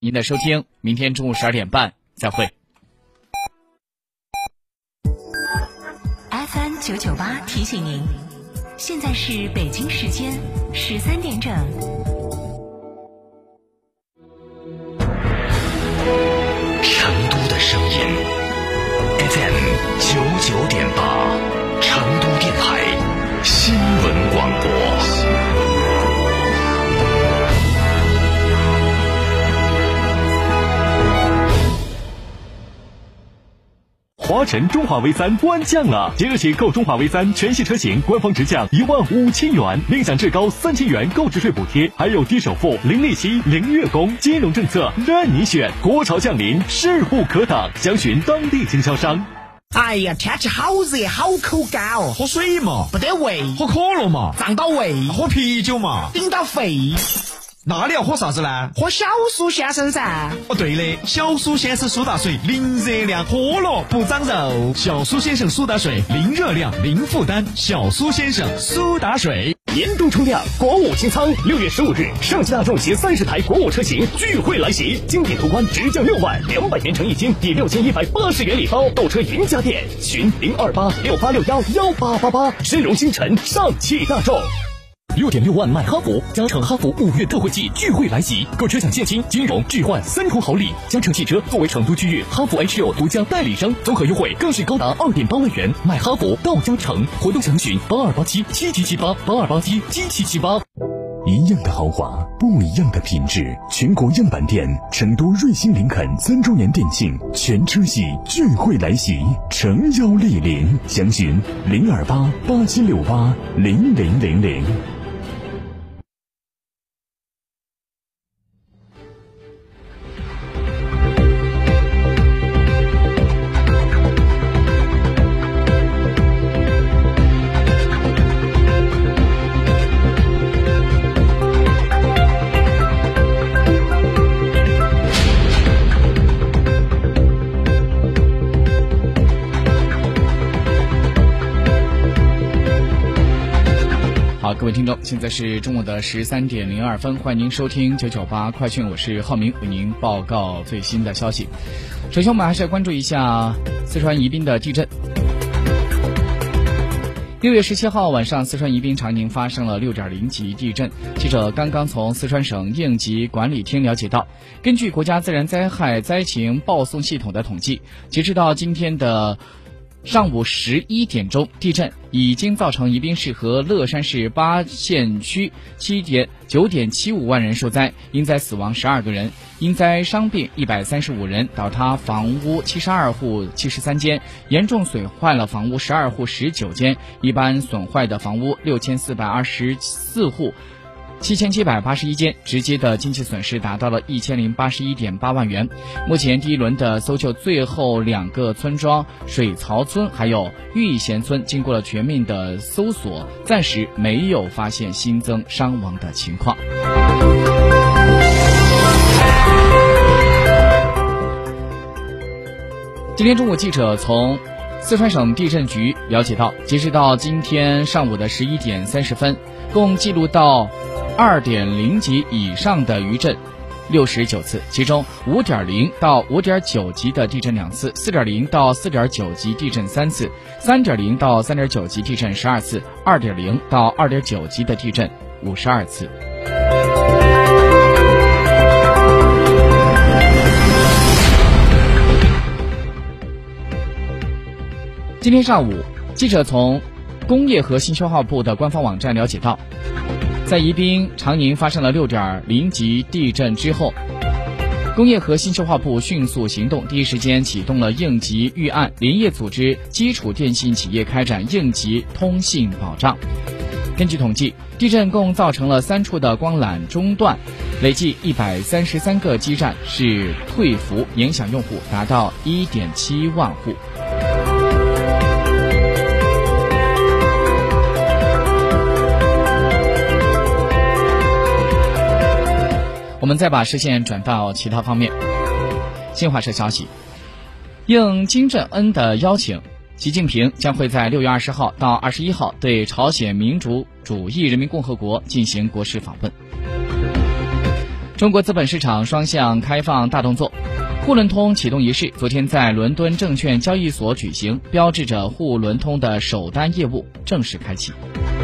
您的收听，明天中午12点半再会。 FM 998提醒您，现在是北京时间13点整。 成都的声音 FM 99.8，成都电台新闻广播。 华晨中华 V3 官降了，即日起购中华 V3全系车型官方直降15000元，另享至高3000元购置税补贴，还有低首付、零利息、零月供，金融政策任你选。国潮降临，势不可挡，详询当地经销商。 哎呀，天气好热，好口干哦， 喝水嘛， 不得胃； 喝可乐嘛， 胀到胃； 喝啤酒嘛， 顶到肺。 那你要喝啥子呢？ 喝小苏先生噻。 哦，对的，小苏先生苏打水，零热量，喝了不长肉。小苏先生苏打水，零热量，零负担。小苏先生苏打水。 年度冲量国五清仓，6月15日，上汽大众携30台国五车型聚会来袭，经典途观直降6万，200元乘1金抵6180元礼包，购车云家电，询02868611888，申荣星辰，上汽大众。6.6万买哈弗，嘉诚哈弗5月特惠季聚会来袭，购车享现金、金融、置换3重好礼。嘉诚汽车作为成都区域哈弗 H6 独家代理商，综合优惠更是高达2.8万元。买哈弗到嘉诚，活动详询82877778，82877778。 一样的豪华，不一样的品质。全国样板店成都瑞星林肯3周年店庆全车系聚会来袭，诚邀莅临，详询02887680000。 好，各位听众，现在是中午的13点02分，欢迎您收听998快讯，我是浩明，为您报告最新的消息。首先我们还是要关注一下四川宜宾的地震。6月17号晚上，四川宜宾长宁发生了6.0级地震。记者刚刚从四川省应急管理厅了解到，根据国家自然灾害灾情报送系统的统计，截止到今天的上午11点钟，地震已经造成宜宾市和乐山市8县区9.75万人受灾，因灾死亡12个人，因灾伤病135人，倒塌房屋72户73间，严重损坏了房屋12户19间，一般损坏的房屋6424户7781间，直接的经济损失达到了1081.8万元。目前第一轮的搜救最后2个村庄水槽村还有玉贤村经过了全面的搜索，暂时没有发现新增伤亡的情况。今天中午，记者从四川省地震局了解到，截止到今天上午的11点30分，共记录到2.0级以上的余震69次，其中5.0到5.9级的地震2次，4.0到4.9级地震3次，3.0到3.9级地震12次，2.0到2.9级的地震52次。今天上午，记者从工业和信息化部的官方网站了解到，在宜宾长宁发生了6.0级地震之后，工业和信息化部迅速行动，第一时间启动了应急预案，连夜组织基础电信企业开展应急通信保障。根据统计，地震共造成了3处的光缆中断，累计133个基站是退服，影响用户达到1.7万户。我们再把视线转到其他方面。新华社消息，应金正恩的邀请，习近平将会在6月20号到21号对朝鲜民主主义人民共和国进行国事访问。 中国资本市场双向开放大动作，沪伦通启动仪式昨天在伦敦证券交易所举行，标志着沪伦通的首单业务正式开启。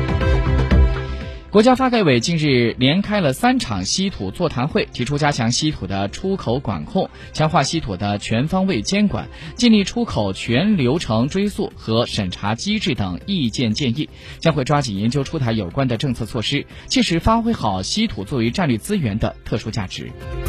国家发改委近日连开了3场稀土座谈会，提出加强稀土的出口管控，强化稀土的全方位监管，建立出口全流程追溯和审查机制等意见建议，将会抓紧研究出台有关的政策措施，切实发挥好稀土作为战略资源的特殊价值。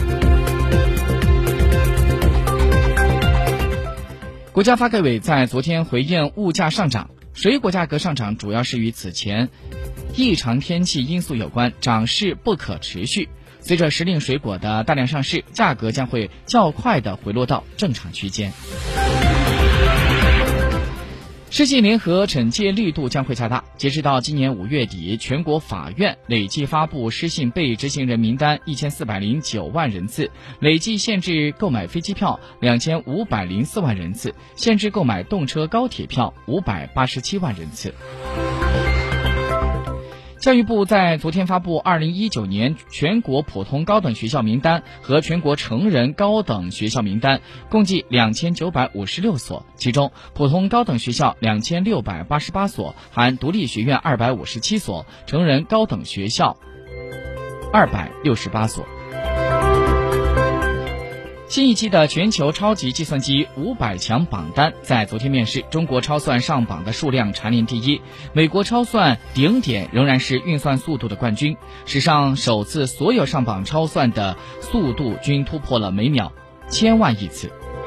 国家发改委在昨天回应物价上涨，水果价格上涨主要是与此前异常天气因素有关，涨势不可持续。随着时令水果的大量上市，价格将会较快地回落到正常区间。失信联合惩戒力度将会加大，截止到今年5月底，全国法院累计发布失信被执行人名单1409万人次，累计限制购买飞机票2504万人次，限制购买动车高铁票587万人次。教育部在昨天发布2019年全国普通高等学校名单和全国成人高等学校名单，共计2956所，其中普通高等学校2688所，含独立学院257所，成人高等学校268所。新一期的全球超级计算机500强榜单在昨天面世，中国超算上榜的数量蝉联第一，美国超算顶点仍然是运算速度的冠军，史上首次所有上榜超算的速度均突破了每秒1000万亿次。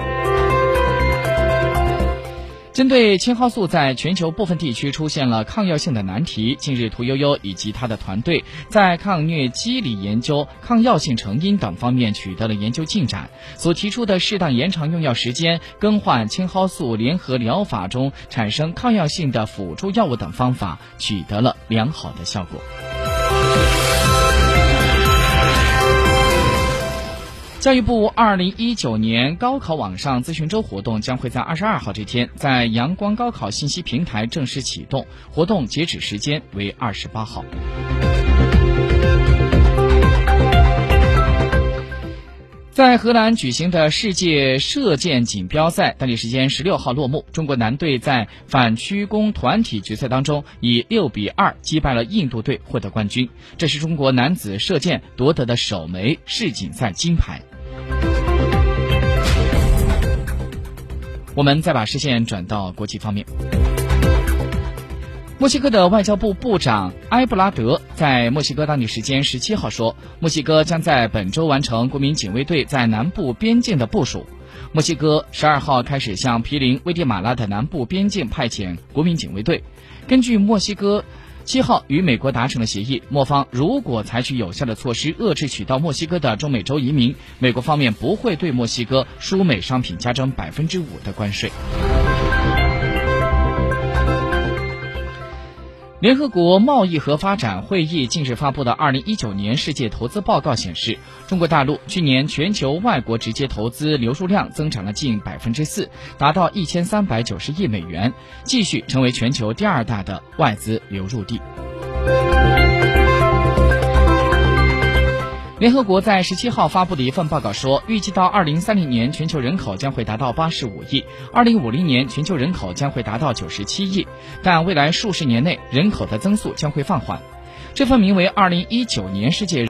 针对青蒿素在全球部分地区出现了抗药性的难题，近日屠呦呦以及他的团队在抗疟疾理研究、抗药性成因等方面取得了研究进展，所提出的适当延长用药时间、更换青蒿素联合疗法中产生抗药性的辅助药物等方法取得了良好的效果。教育部2019年高考网上咨询周活动将会在22号这天在阳光高考信息平台正式启动，活动截止时间为28号。在荷兰举行的世界射箭锦标赛当地时间16号落幕，中国男队在反曲弓团体决赛当中以6-2击败了印度队，获得冠军，这是中国男子射箭夺得的首枚世锦赛金牌。我们再把视线转到国际方面。墨西哥的外交部部长埃布拉德在墨西哥当地时间17号说，墨西哥将在本周完成国民警卫队在南部边境的部署。墨西哥12号开始向毗邻危地马拉的南部边境派遣国民警卫队。根据墨西哥7号与美国达成了协议，墨方如果采取有效的措施遏制取到墨西哥的中美洲移民，美国方面不会对墨西哥输美商品加征5%的关税。联合国贸易和发展会议近日发布的2019年世界投资报告显示，中国大陆去年全球外国直接投资流入量增长了近4%，达到1390亿美元，继续成为全球第2大的外资流入地。联合国在17号发布的一份报告说，预计到2030年全球人口将会达到85亿，2050年全球人口将会达到97亿，但未来数十年内人口的增速将会放缓。这份名为2019年世界